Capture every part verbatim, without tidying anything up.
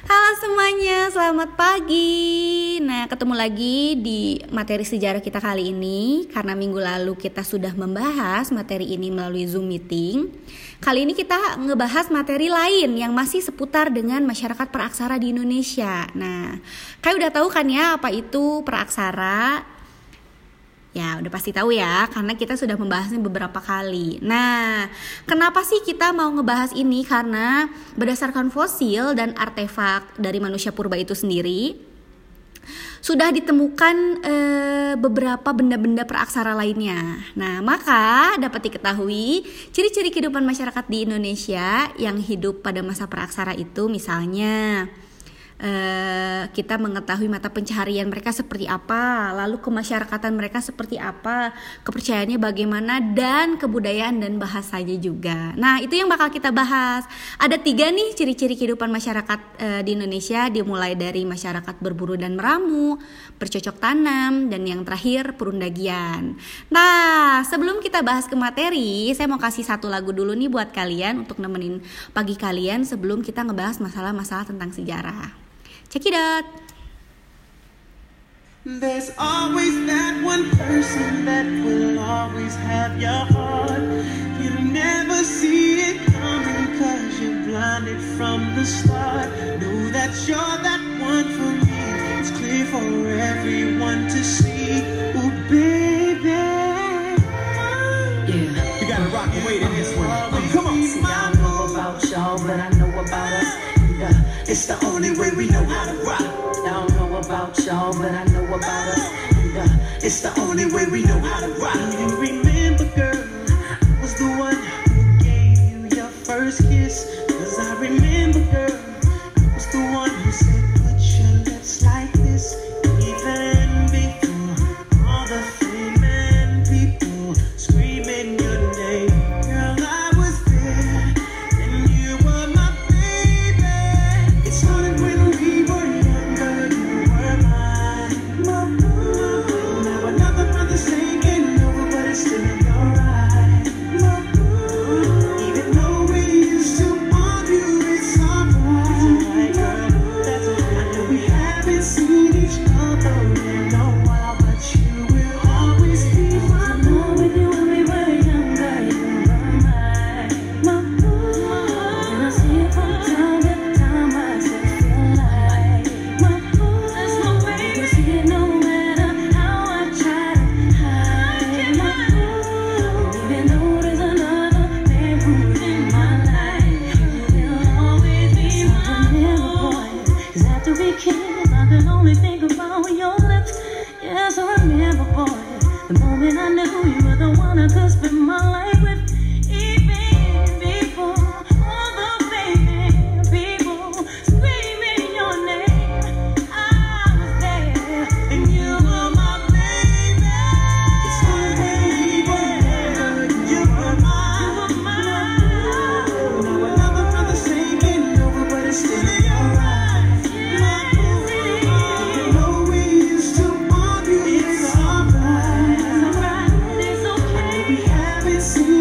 Halo semuanya, selamat pagi. Nah, ketemu lagi di materi sejarah kita kali ini. Karena minggu lalu kita sudah membahas materi ini melalui Zoom meeting. Kali ini kita ngebahas materi lain yang masih seputar dengan masyarakat peraksara di Indonesia. Nah, kayak udah tahu kan ya apa itu peraksara? Ya udah pasti tahu ya, karena kita sudah membahasnya beberapa kali. Nah, kenapa sih kita mau ngebahas ini? Karena berdasarkan fosil dan artefak dari manusia purba itu sendiri, sudah ditemukan e, beberapa benda-benda peraksara lainnya. Nah, maka dapat diketahui ciri-ciri kehidupan masyarakat di Indonesia yang hidup pada masa peraksara itu, misalnya Uh, kita mengetahui mata pencaharian mereka seperti apa, lalu kemasyarakatan mereka seperti apa, kepercayaannya bagaimana, dan kebudayaan dan bahasanya juga. Nah, itu yang bakal kita bahas. Ada tiga nih ciri-ciri kehidupan masyarakat uh, di Indonesia, dimulai dari masyarakat berburu dan meramu, bercocok tanam, dan yang terakhir perundagian. Nah, sebelum kita bahas ke materi, saya mau kasih satu lagu dulu nih buat kalian untuk nemenin pagi kalian sebelum kita ngebahas masalah-masalah tentang sejarah. Check it out. There's always that one person that will always have your heart. You'll never see it coming cause you're blinded from the start. Know that you're that one for me. It's clear for everyone to see. Oh baby, yeah, you gotta rock and wait in this one. Come on. See, I don't know about y'all, but I know about us. Yeah, it's the only way we know how to rock. I don't know about y'all, but I know about us. Yeah, it's the only way we know how to rock. You remember, girl, I was the one who gave you your first kiss. Cause I remember, girl, I was the one who said put your lips like this. Even before all the fame and people screaming your name. Girl, I was there and you were my baby. It started when we were younger, you were mine. My boo. Now another brother's taking over, but it's still in your eyes. My boo. Even though we used to argue, it's alright. It's alright, girl, that's alright. I know we haven't seen each other in a while, but you will always be my boo. With you when we were younger, you were mine. My boo. And I see it from time to time, I still feel like my boo. There's no way you see it no matter how I try to hide my boo. Even though there's another man who's in my life, you will always be my boo. Cause after we kiss, I can only think about your lips. Yes, I remember, boy, the moment I knew you were the one I could spend my life with. Even before all the famous people screaming your name, I was there, And you were my baby. It's the way we were younger, you were mine. Now another brother's taking over, but it's still in your eyes. My boo. Even though we used to argue, it's alright. it's alright, it's We okay. haven't seen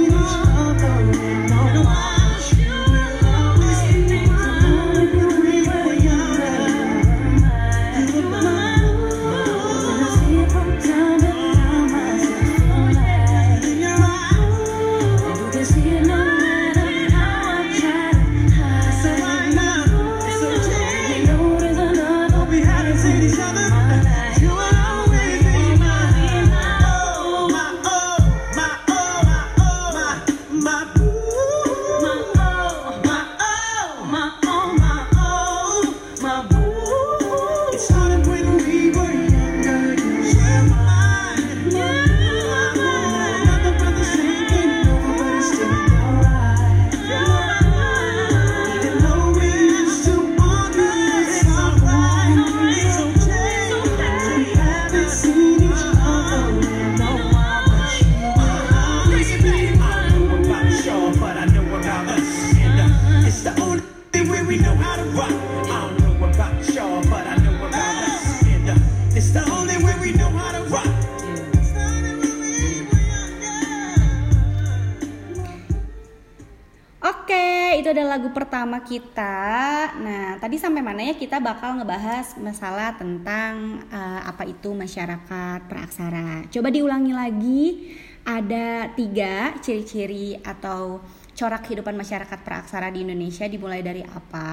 ada lagu pertama kita. Nah, tadi sampai mana ya, kita bakal ngebahas masalah tentang uh, apa itu masyarakat praaksara. Coba diulangi lagi, ada tiga ciri-ciri atau corak kehidupan masyarakat praaksara di Indonesia, dimulai dari apa?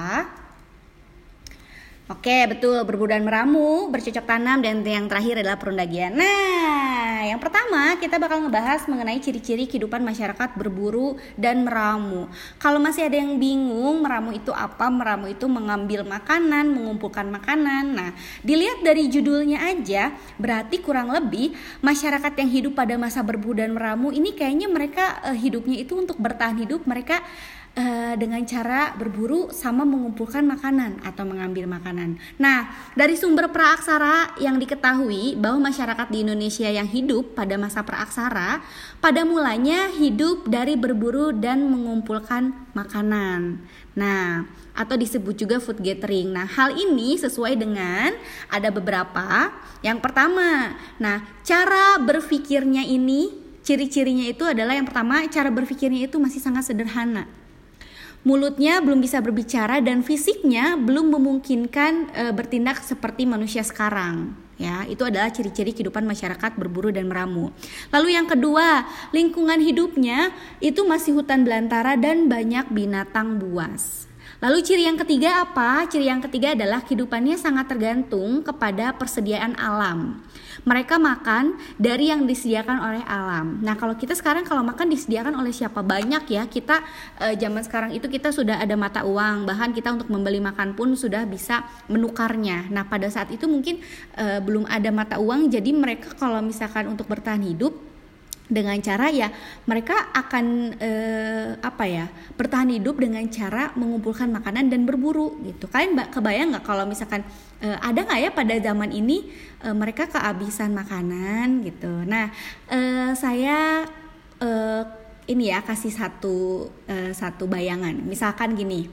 Oke, betul, berburu dan meramu, bercocok tanam, dan yang terakhir adalah perundagian. Nah, yang pertama kita bakal ngebahas mengenai ciri-ciri kehidupan masyarakat berburu dan meramu. Kalau masih ada yang bingung, meramu itu apa? Meramu itu mengambil makanan, mengumpulkan makanan. Nah, dilihat dari judulnya aja, berarti kurang lebih masyarakat yang hidup pada masa berburu dan meramu ini kayaknya mereka uh, hidupnya itu untuk bertahan hidup, mereka Uh, dengan cara berburu sama mengumpulkan makanan atau mengambil makanan. Nah, dari sumber praaksara yang diketahui bahwa masyarakat di Indonesia yang hidup pada masa praaksara pada mulanya hidup dari berburu dan mengumpulkan makanan. Nah, atau disebut juga food gathering. Nah, hal ini sesuai dengan ada beberapa. Yang pertama, nah, cara berpikirnya ini, ciri-cirinya itu adalah yang pertama, cara berpikirnya itu masih sangat sederhana. Mulutnya belum bisa berbicara dan fisiknya belum memungkinkan e, bertindak seperti manusia sekarang. Ya, itu adalah ciri-ciri kehidupan masyarakat berburu dan meramu. Lalu yang kedua, lingkungan hidupnya itu masih hutan belantara dan banyak binatang buas. Lalu ciri yang ketiga apa? Ciri yang ketiga adalah kehidupannya sangat tergantung kepada persediaan alam. Mereka makan dari yang disediakan oleh alam. Nah, kalau kita sekarang kalau makan disediakan oleh siapa? Banyak ya. Kita eh, zaman sekarang itu kita sudah ada mata uang. Bahkan kita untuk membeli makan pun sudah bisa menukarnya. Nah, pada saat itu mungkin eh, belum ada mata uang. Jadi mereka kalau misalkan untuk bertahan hidup dengan cara ya mereka akan eh, apa ya bertahan hidup dengan cara mengumpulkan makanan dan berburu gitu. Kalian kebayang nggak kalau misalkan eh, ada nggak ya pada zaman ini eh, mereka kehabisan makanan gitu. Nah eh, saya eh, ini ya kasih satu eh, satu bayangan. Misalkan gini,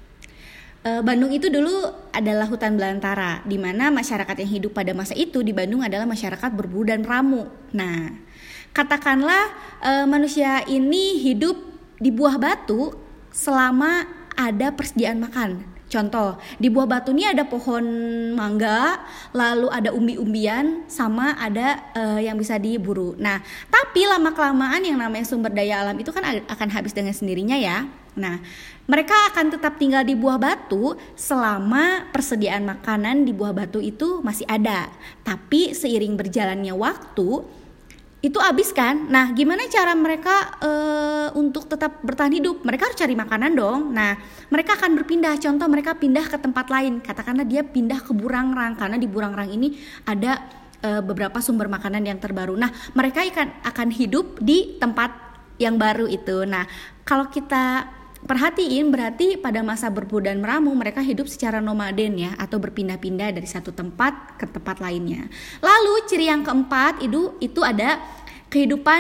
eh, Bandung itu dulu adalah hutan belantara, di mana masyarakat yang hidup pada masa itu di Bandung adalah masyarakat berburu dan meramu. Nah, katakanlah e, manusia ini hidup di buah batu selama ada persediaan makan. Contoh, di buah batu ini ada pohon mangga, lalu ada umbi-umbian, sama ada e, yang bisa diburu. Nah, tapi lama-kelamaan yang namanya sumber daya alam itu kan akan habis dengan sendirinya ya. Nah, mereka akan tetap tinggal di buah batu selama persediaan makanan di buah batu itu masih ada. Tapi seiring berjalannya waktu itu habis kan. Nah, gimana cara mereka e, untuk tetap bertahan hidup? Mereka harus cari makanan dong. Nah, mereka akan berpindah. Contoh, mereka pindah ke tempat lain. Katakanlah dia pindah ke Burangrang, karena di Burangrang ini ada e, beberapa sumber makanan yang terbaru. Nah, mereka akan akan hidup di tempat yang baru itu. Nah, kalau kita perhatiin berarti pada masa berburu dan meramu mereka hidup secara nomaden ya, atau berpindah-pindah dari satu tempat ke tempat lainnya. Lalu ciri yang keempat itu itu ada kehidupan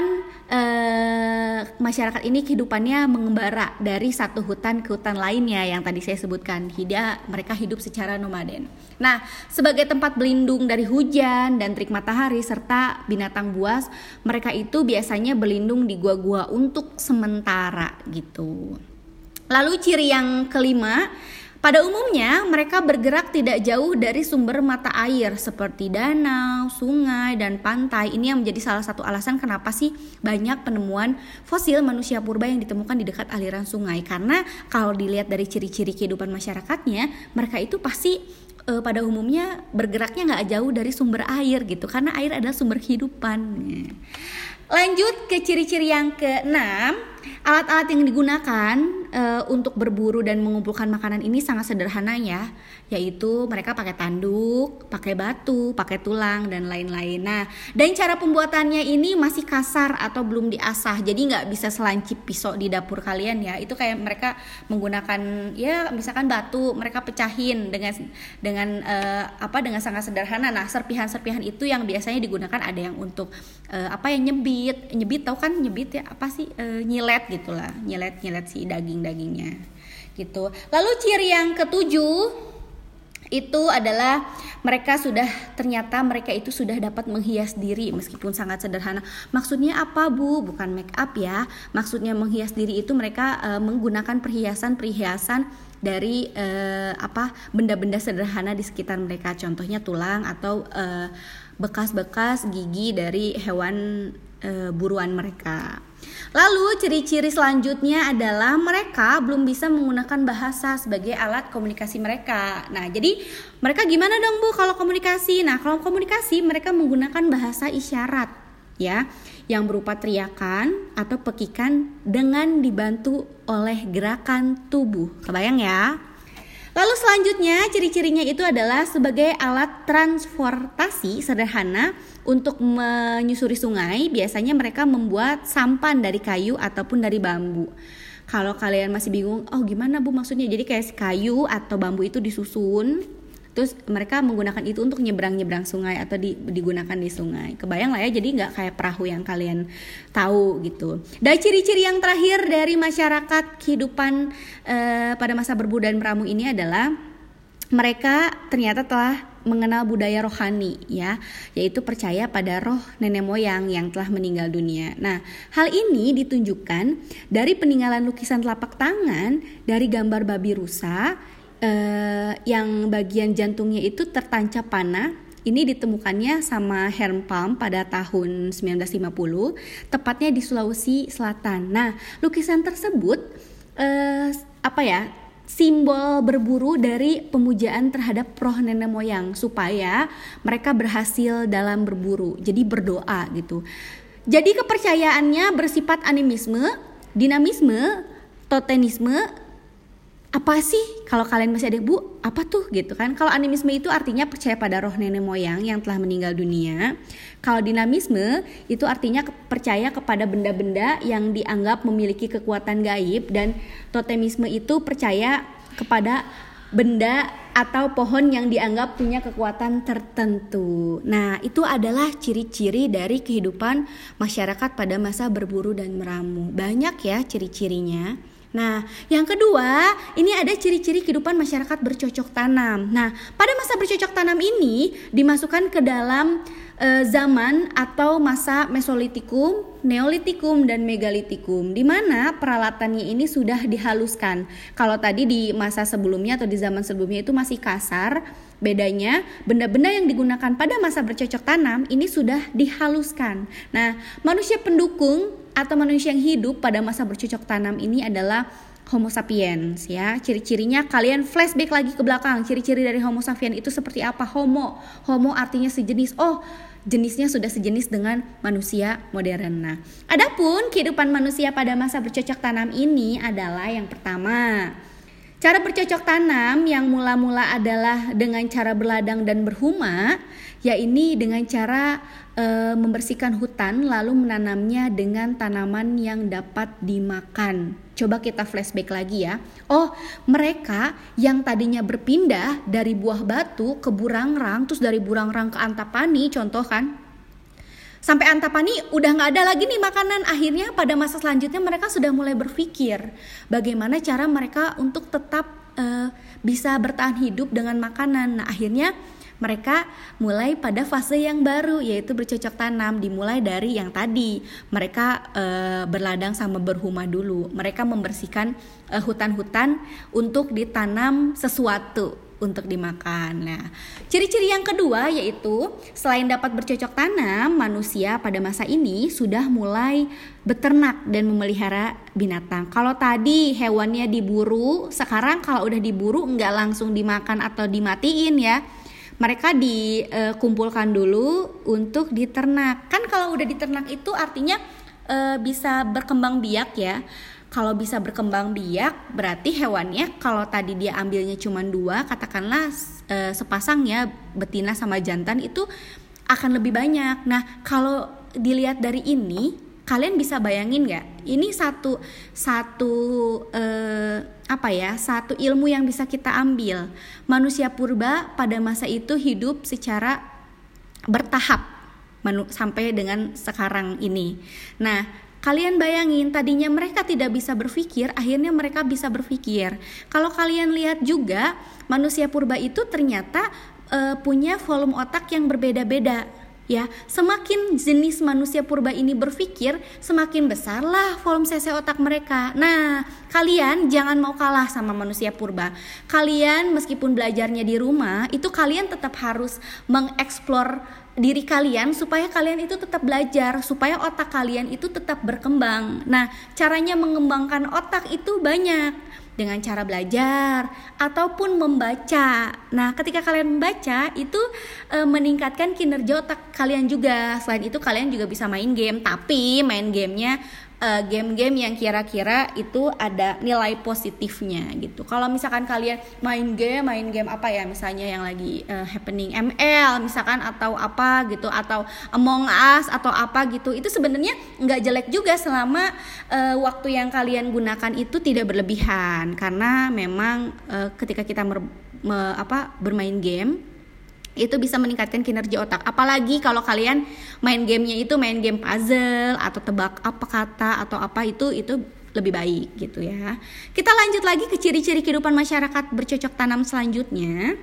eh, masyarakat ini kehidupannya mengembara dari satu hutan ke hutan lainnya yang tadi saya sebutkan. Hida, mereka hidup secara nomaden. Nah, sebagai tempat berlindung dari hujan dan terik matahari serta binatang buas, mereka itu biasanya berlindung di gua-gua untuk sementara gitu. Lalu ciri yang kelima, pada umumnya mereka bergerak tidak jauh dari sumber mata air seperti danau, sungai, dan pantai. Ini yang menjadi salah satu alasan kenapa sih banyak penemuan fosil manusia purba yang ditemukan di dekat aliran sungai. Karena kalau dilihat dari ciri-ciri kehidupan masyarakatnya, mereka itu pasti e, pada umumnya bergeraknya gak jauh dari sumber air gitu. Karena air adalah sumber kehidupan. Lanjut ke ciri-ciri yang keenam, alat-alat yang digunakan e, untuk berburu dan mengumpulkan makanan ini sangat sederhana ya, yaitu mereka pakai tanduk, pakai batu, pakai tulang, dan lain-lain. Nah, dan cara pembuatannya ini masih kasar atau belum diasah, jadi nggak bisa selancip pisau di dapur kalian ya. Itu kayak mereka menggunakan ya misalkan batu, mereka pecahin dengan dengan e, apa dengan sangat sederhana. Nah, serpihan-serpihan itu yang biasanya digunakan ada yang untuk e, apa yang nyebit nyebit tahu kan nyebit ya apa sih e, nyilet gitulah, nyilet nyilet si daging dagingnya gitu. Lalu ciri yang ketujuh, itu adalah mereka sudah ternyata mereka itu sudah dapat menghias diri meskipun sangat sederhana. Maksudnya apa, Bu? Bukan make up ya. Maksudnya menghias diri itu mereka uh, menggunakan perhiasan-perhiasan dari uh, apa benda-benda sederhana di sekitar mereka. Contohnya tulang atau uh, bekas-bekas gigi dari hewan uh, buruan mereka. Lalu ciri-ciri selanjutnya adalah mereka belum bisa menggunakan bahasa sebagai alat komunikasi mereka. Nah, jadi mereka gimana dong, Bu, kalau komunikasi? Nah, kalau komunikasi mereka menggunakan bahasa isyarat, ya, yang berupa teriakan atau pekikan dengan dibantu oleh gerakan tubuh. Kebayang ya? Lalu selanjutnya ciri-cirinya itu adalah sebagai alat transportasi sederhana untuk menyusuri sungai. Biasanya mereka membuat sampan dari kayu ataupun dari bambu. Kalau kalian masih bingung, oh gimana, Bu, maksudnya? Jadi kayak kayu atau bambu itu disusun, terus mereka menggunakan itu untuk nyebrang-nyebrang sungai atau di, digunakan di sungai. Kebayang lah ya, jadi nggak kayak perahu yang kalian tahu gitu. Dan ciri-ciri yang terakhir dari masyarakat kehidupan eh, pada masa berburu dan meramu ini adalah mereka ternyata telah mengenal budaya rohani, ya, yaitu percaya pada roh nenek moyang yang telah meninggal dunia. Nah, hal ini ditunjukkan dari peninggalan lukisan telapak tangan dari gambar babi rusa. Uh, yang bagian jantungnya itu tertancap panah. Ini ditemukannya sama Herm Palm pada tahun sembilan belas lima puluh, tepatnya di Sulawesi Selatan. Nah, lukisan tersebut uh, apa ya? simbol berburu dari pemujaan terhadap roh nenek moyang supaya mereka berhasil dalam berburu. Jadi berdoa gitu. Jadi kepercayaannya bersifat animisme, dinamisme, totemisme. Apa sih kalau kalian masih ada, Bu? Apa tuh gitu kan? Kalau animisme itu artinya percaya pada roh nenek moyang yang telah meninggal dunia. Kalau dinamisme itu artinya percaya kepada benda-benda yang dianggap memiliki kekuatan gaib, dan totemisme itu percaya kepada benda atau pohon yang dianggap punya kekuatan tertentu. Nah, itu adalah ciri-ciri dari kehidupan masyarakat pada masa berburu dan meramu. Banyak ya ciri-cirinya. Nah, yang kedua, ini ada ciri-ciri kehidupan masyarakat bercocok tanam. Nah, pada masa bercocok tanam ini dimasukkan ke dalam e, zaman atau masa Mesolitikum, Neolitikum, dan Megalitikum, di mana peralatannya ini sudah dihaluskan. Kalau tadi di masa sebelumnya atau di zaman sebelumnya itu masih kasar, bedanya benda-benda yang digunakan pada masa bercocok tanam ini sudah dihaluskan. Nah, manusia pendukung atau manusia yang hidup pada masa bercocok tanam ini adalah Homo sapiens, ya. Ciri-cirinya kalian flashback lagi ke belakang. Ciri-ciri dari Homo sapiens itu seperti apa? Homo, Homo artinya sejenis. Oh, jenisnya sudah sejenis dengan manusia modern. Nah, adapun kehidupan manusia pada masa bercocok tanam ini adalah yang pertama, cara bercocok tanam yang mula-mula adalah dengan cara berladang dan berhuma, ya ini dengan cara e, membersihkan hutan lalu menanamnya dengan tanaman yang dapat dimakan. Coba kita flashback lagi ya. Oh, mereka yang tadinya berpindah dari Buah Batu ke Burangrang, terus dari Burangrang ke Antapani, contoh kan. Sampai Antapani udah gak ada lagi nih makanan. Akhirnya pada masa selanjutnya mereka sudah mulai berpikir bagaimana cara mereka untuk tetap uh, bisa bertahan hidup dengan makanan. Nah, akhirnya mereka mulai pada fase yang baru, yaitu bercocok tanam. Dimulai dari yang tadi mereka uh, berladang sama berhuma dulu. Mereka membersihkan uh, hutan-hutan untuk ditanam sesuatu untuk dimakan. Nah, ciri-ciri yang kedua yaitu selain dapat bercocok tanam, manusia pada masa ini sudah mulai beternak dan memelihara binatang. Kalau tadi hewannya diburu, sekarang kalau udah diburu nggak langsung dimakan atau dimatiin ya. Mereka dikumpulkan dulu untuk diternak. Kan kalau udah diternak itu artinya e, bisa berkembang biak ya. Kalau bisa berkembang biak berarti hewannya kalau tadi dia ambilnya cuma dua, katakanlah e, sepasang ya, betina sama jantan, itu akan lebih banyak. Nah, kalau dilihat dari ini, kalian bisa bayangin nggak? Ini satu satu eh, apa ya? Satu ilmu yang bisa kita ambil. Manusia purba pada masa itu hidup secara bertahap manu- sampai dengan sekarang ini. Nah, Kalian bayangin, tadinya mereka tidak bisa berpikir, akhirnya mereka bisa berpikir. Kalau kalian lihat juga, manusia purba itu ternyata uh, punya volume otak yang berbeda-beda. Ya, semakin jenis manusia purba ini berpikir, semakin besarlah volume cc otak mereka. Nah, kalian jangan mau kalah sama manusia purba. Kalian meskipun belajarnya di rumah, itu kalian tetap harus mengeksplor diri kalian supaya kalian itu tetap belajar, supaya otak kalian itu tetap berkembang. Nah, caranya mengembangkan otak itu banyak. Dengan cara belajar ataupun membaca. Nah, ketika kalian membaca itu e, meningkatkan kinerja otak kalian juga. Selain itu kalian juga bisa main game, tapi main gamenya e, game-game yang kira-kira itu ada nilai positifnya gitu. Kalau misalkan kalian main game, main game apa ya, misalnya yang lagi e, happening M L misalkan, atau apa gitu, atau Among Us atau apa gitu, itu sebenarnya nggak jelek juga selama e, waktu yang kalian gunakan itu tidak berlebihan. Karena memang e, ketika kita mer, me, apa, bermain game itu bisa meningkatkan kinerja otak. Apalagi kalau kalian main gamenya itu main game puzzle atau tebak apa kata atau apa, itu itu lebih baik gitu ya. Kita lanjut lagi ke ciri-ciri kehidupan masyarakat bercocok tanam selanjutnya.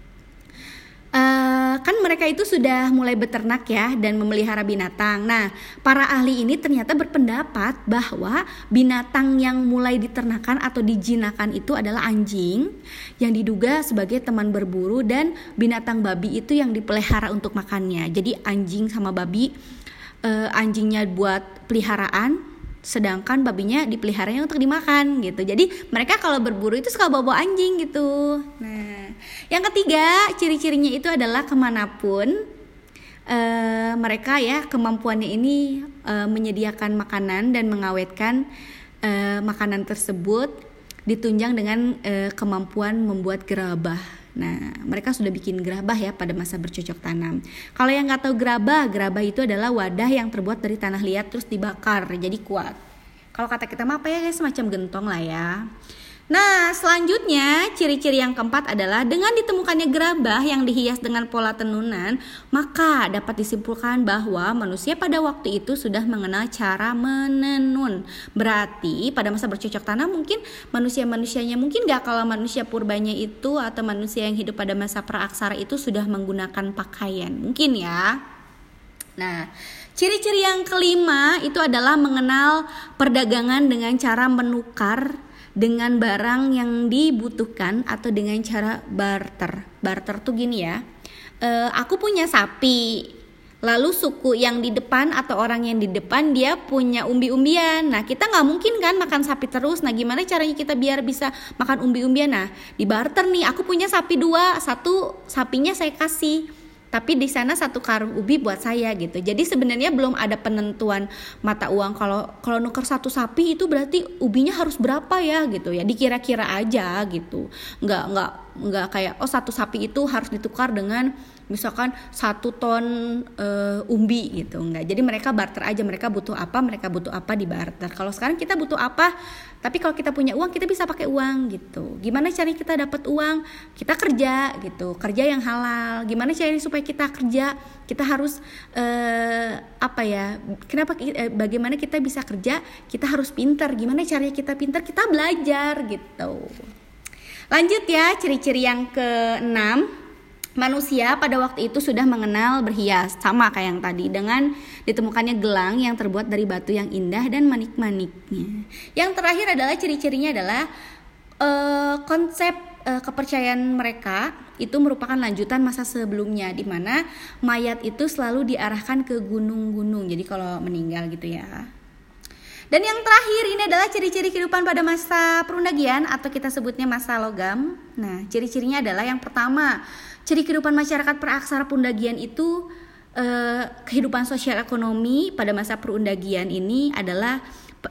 Uh, kan mereka itu sudah mulai beternak ya dan memelihara binatang. Nah, para ahli ini ternyata berpendapat bahwa binatang yang mulai diternakan atau dijinakan itu adalah anjing yang diduga sebagai teman berburu, dan binatang babi itu yang dipelihara untuk makannya. Jadi anjing sama babi, uh, anjingnya buat peliharaan, sedangkan babinya dipeliharanya untuk dimakan gitu. Jadi mereka kalau berburu itu suka bawa anjing gitu. Nah, yang ketiga ciri-cirinya itu adalah kemanapun uh, mereka ya kemampuannya ini uh, menyediakan makanan dan mengawetkan uh, makanan tersebut ditunjang dengan uh, kemampuan membuat gerabah. Nah, mereka sudah bikin gerabah ya pada masa bercocok tanam. Kalau yang nggak tahu gerabah, gerabah itu adalah wadah yang terbuat dari tanah liat terus dibakar, jadi kuat. Kalau kata kita mah apa ya, semacam gentong lah ya. Nah, selanjutnya ciri-ciri yang keempat adalah dengan ditemukannya gerabah yang dihias dengan pola tenunan, maka dapat disimpulkan bahwa manusia pada waktu itu sudah mengenal cara menenun. Berarti pada masa bercocok tanam mungkin manusia-manusianya, mungkin gak kalau manusia purbanya itu atau manusia yang hidup pada masa praaksara itu sudah menggunakan pakaian, mungkin ya. Nah, ciri-ciri yang kelima itu adalah mengenal perdagangan dengan cara menukar dengan barang yang dibutuhkan atau dengan cara barter. Barter tuh gini ya, e, aku punya sapi, lalu suku yang di depan atau orang yang di depan dia punya umbi-umbian. Nah, kita nggak mungkin kan makan sapi terus. Nah, gimana caranya kita biar bisa makan umbi-umbian? Nah, di barter nih, aku punya sapi dua, satu sapinya saya kasih, tapi di sana satu karung ubi buat saya gitu. Jadi sebenarnya belum ada penentuan mata uang. Kalau kalau nuker satu sapi itu berarti ubinya harus berapa ya gitu ya. Dikira-kira aja gitu. Nggak nggak nggak kayak oh satu sapi itu harus ditukar dengan misalkan satu ton e, umbi gitu. Enggak. Jadi mereka barter aja, mereka butuh apa, mereka butuh apa di barter. Kalau sekarang kita butuh apa, tapi kalau kita punya uang kita bisa pakai uang gitu. Gimana caranya kita dapat uang? Kita kerja gitu, kerja yang halal. Gimana caranya supaya kita kerja? Kita harus e, apa ya? Kenapa? E, bagaimana kita bisa kerja? Kita harus pintar. Gimana caranya kita pintar? Kita belajar gitu. Lanjut ya, ciri-ciri yang keenam. Manusia pada waktu itu sudah mengenal berhias, sama kayak yang tadi, dengan ditemukannya gelang yang terbuat dari batu yang indah dan manik-maniknya. Yang terakhir adalah ciri-cirinya adalah uh, konsep uh, kepercayaan mereka itu merupakan lanjutan masa sebelumnya, di mana mayat itu selalu diarahkan ke gunung-gunung. Jadi kalau meninggal gitu ya. Dan yang terakhir ini adalah ciri-ciri kehidupan pada masa perundagian atau kita sebutnya masa logam. Nah, ciri-cirinya adalah yang pertama, ciri kehidupan masyarakat praaksara perundagian itu eh, kehidupan sosial ekonomi pada masa perundagian ini adalah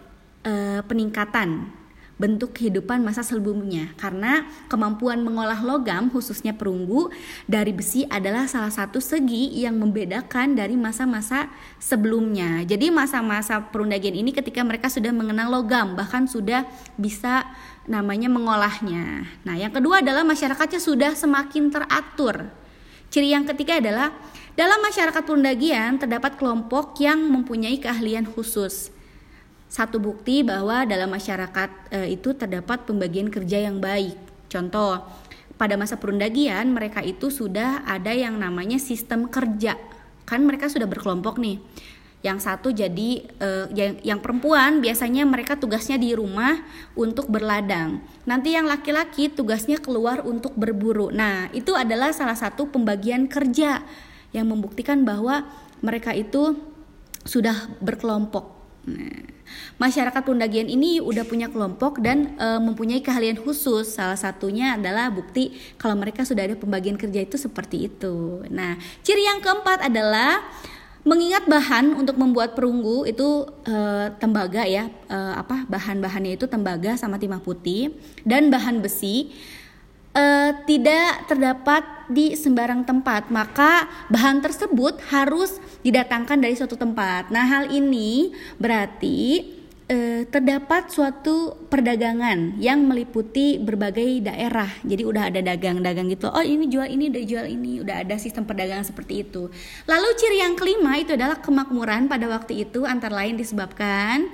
eh, peningkatan bentuk kehidupan masa sebelumnya, karena kemampuan mengolah logam khususnya perunggu dari besi adalah salah satu segi yang membedakan dari masa-masa sebelumnya. Jadi masa-masa perundagian ini ketika mereka sudah mengenal logam, bahkan sudah bisa namanya mengolahnya. Nah, yang kedua adalah masyarakatnya sudah semakin teratur. Ciri yang ketiga adalah dalam masyarakat perundagian terdapat kelompok yang mempunyai keahlian khusus. satu bukti bahwa dalam masyarakat e, itu terdapat pembagian kerja yang baik. Contoh, pada masa perundagian mereka itu sudah ada yang namanya sistem kerja. Kan mereka sudah berkelompok nih. Yang satu jadi eh, yang, yang perempuan biasanya mereka tugasnya di rumah untuk berladang. Nanti yang laki-laki tugasnya keluar untuk berburu. Nah, itu adalah salah satu pembagian kerja yang membuktikan bahwa mereka itu sudah berkelompok. Nah, masyarakat perundagian ini udah punya kelompok dan e, mempunyai keahlian khusus. Salah satunya adalah bukti kalau mereka sudah ada pembagian kerja itu seperti itu. Nah, ciri yang keempat adalah mengingat bahan untuk membuat perunggu itu e, tembaga ya, e, apa bahan-bahannya itu tembaga sama timah putih dan bahan besi e, tidak terdapat di sembarang tempat, maka bahan tersebut harus didatangkan dari suatu tempat. Nah, hal ini berarti e, terdapat suatu perdagangan yang meliputi berbagai daerah. Jadi udah ada dagang-dagang gitu. Oh, ini jual ini, udah jual ini, udah ada sistem perdagangan seperti itu. Lalu ciri yang kelima itu adalah kemakmuran pada waktu itu antara lain disebabkan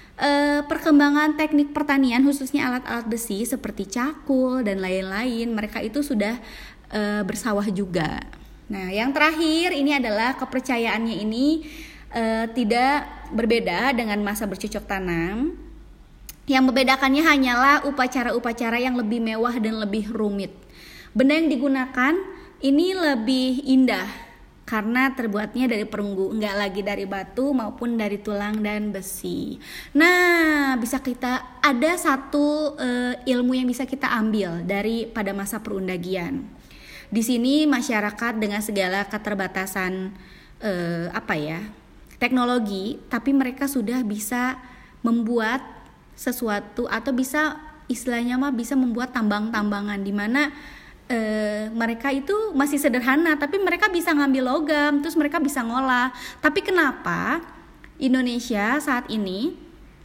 e, perkembangan teknik pertanian khususnya alat-alat besi seperti cakul dan lain-lain. Mereka itu sudah e, bersawah juga. Nah, yang terakhir ini adalah kepercayaannya ini e, tidak berbeda dengan masa bercocok tanam. Yang membedakannya hanyalah upacara-upacara yang lebih mewah dan lebih rumit. Benda yang digunakan ini lebih indah karena terbuatnya dari perunggu, enggak lagi dari batu maupun dari tulang dan besi. Nah, bisa kita ada satu e, ilmu yang bisa kita ambil dari pada masa perundagian. Di sini masyarakat dengan segala keterbatasan eh, apa ya teknologi, tapi mereka sudah bisa membuat sesuatu atau bisa istilahnya mah bisa membuat tambang-tambangan di mana eh, mereka itu masih sederhana, tapi mereka bisa ngambil logam, terus mereka bisa ngolah. Tapi kenapa Indonesia saat ini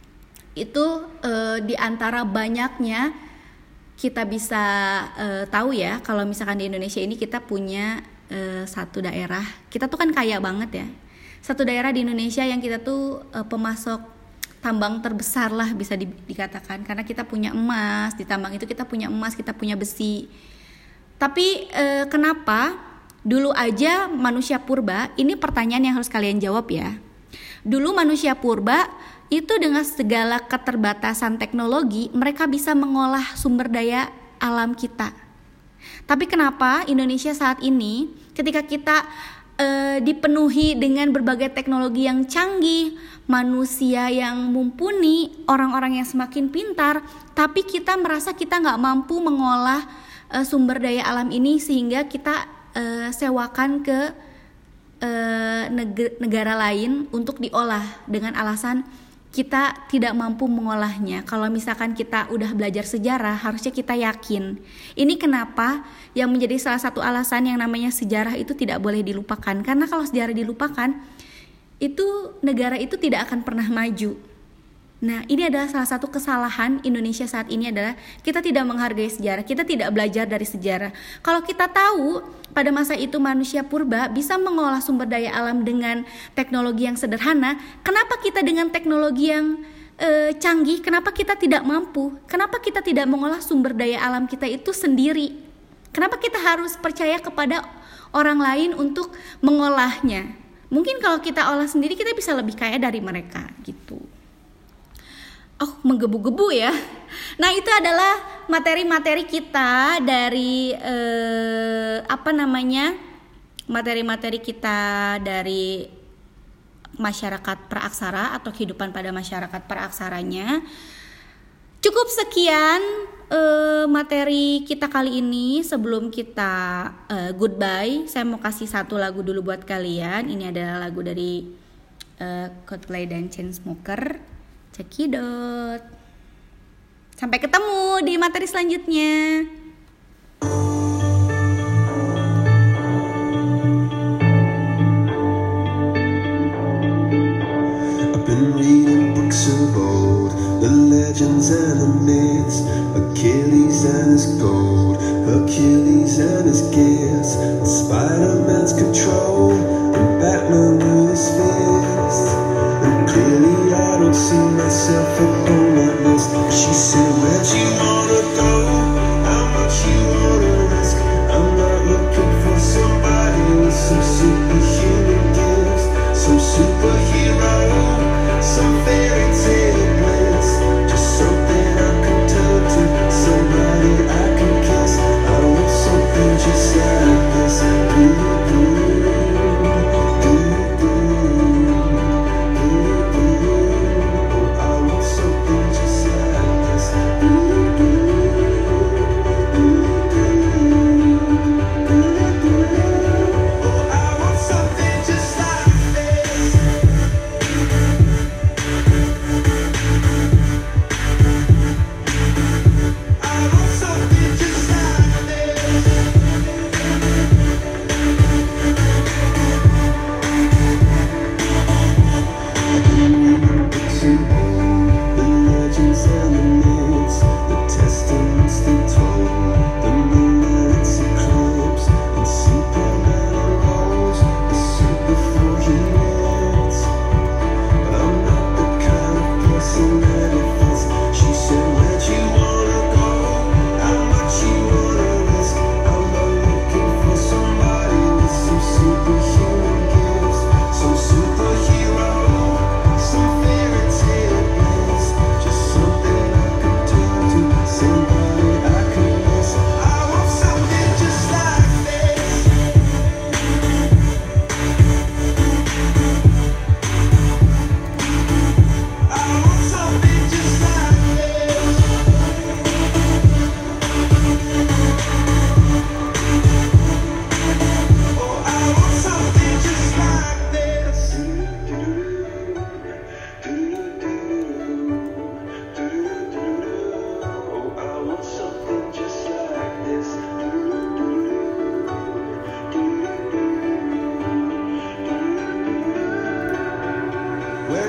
itu eh, di antara banyaknya kita bisa uh, tahu ya kalau misalkan di Indonesia ini kita punya uh, satu daerah, kita tuh kan kaya banget ya, satu daerah di Indonesia yang kita tuh uh, pemasok tambang terbesar lah bisa di, dikatakan, karena kita punya emas, di tambang itu kita punya emas, kita punya besi. Tapi uh, kenapa dulu aja manusia purba, ini pertanyaan yang harus kalian jawab ya. Dulu manusia purba itu dengan segala keterbatasan teknologi, mereka bisa mengolah sumber daya alam kita. Tapi kenapa Indonesia saat ini ketika kita e, dipenuhi dengan berbagai teknologi yang canggih, manusia yang mumpuni, orang-orang yang semakin pintar, tapi kita merasa kita gak mampu mengolah e, sumber daya alam ini sehingga kita e, sewakan ke e, negara lain untuk diolah dengan alasan kita tidak mampu mengolahnya. Kalau misalkan kita udah belajar sejarah, harusnya kita yakin. Ini kenapa yang menjadi salah satu alasan yang namanya sejarah itu tidak boleh dilupakan. Karena kalau sejarah dilupakan, itu negara itu tidak akan pernah maju. Nah, ini adalah salah satu kesalahan Indonesia saat ini adalah kita tidak menghargai sejarah, kita tidak belajar dari sejarah. Kalau kita tahu pada masa itu manusia purba bisa mengolah sumber daya alam dengan teknologi yang sederhana, kenapa kita dengan teknologi yang e, canggih, kenapa kita tidak mampu? Kenapa kita tidak mengolah sumber daya alam kita itu sendiri? Kenapa kita harus percaya kepada orang lain untuk mengolahnya? Mungkin kalau kita olah sendiri kita bisa lebih kaya dari mereka gitu. Oh, menggebu-gebu ya. Nah, itu adalah materi-materi kita dari eh, apa namanya? Materi-materi kita dari masyarakat praaksara atau kehidupan pada masyarakat praaksaranya. Cukup sekian eh, materi kita kali ini. Sebelum kita eh, goodbye, saya mau kasih satu lagu dulu buat kalian. Ini adalah lagu dari eh, Coldplay dan Chainsmokers. Cekidot. Sampai ketemu di materi selanjutnya. I've been reading books of old, the legends and the myths, Achilles and his gold, Hercules and his gifts, Spider-Man's control, and Batman with his fist. And clearly I don't see myself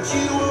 that you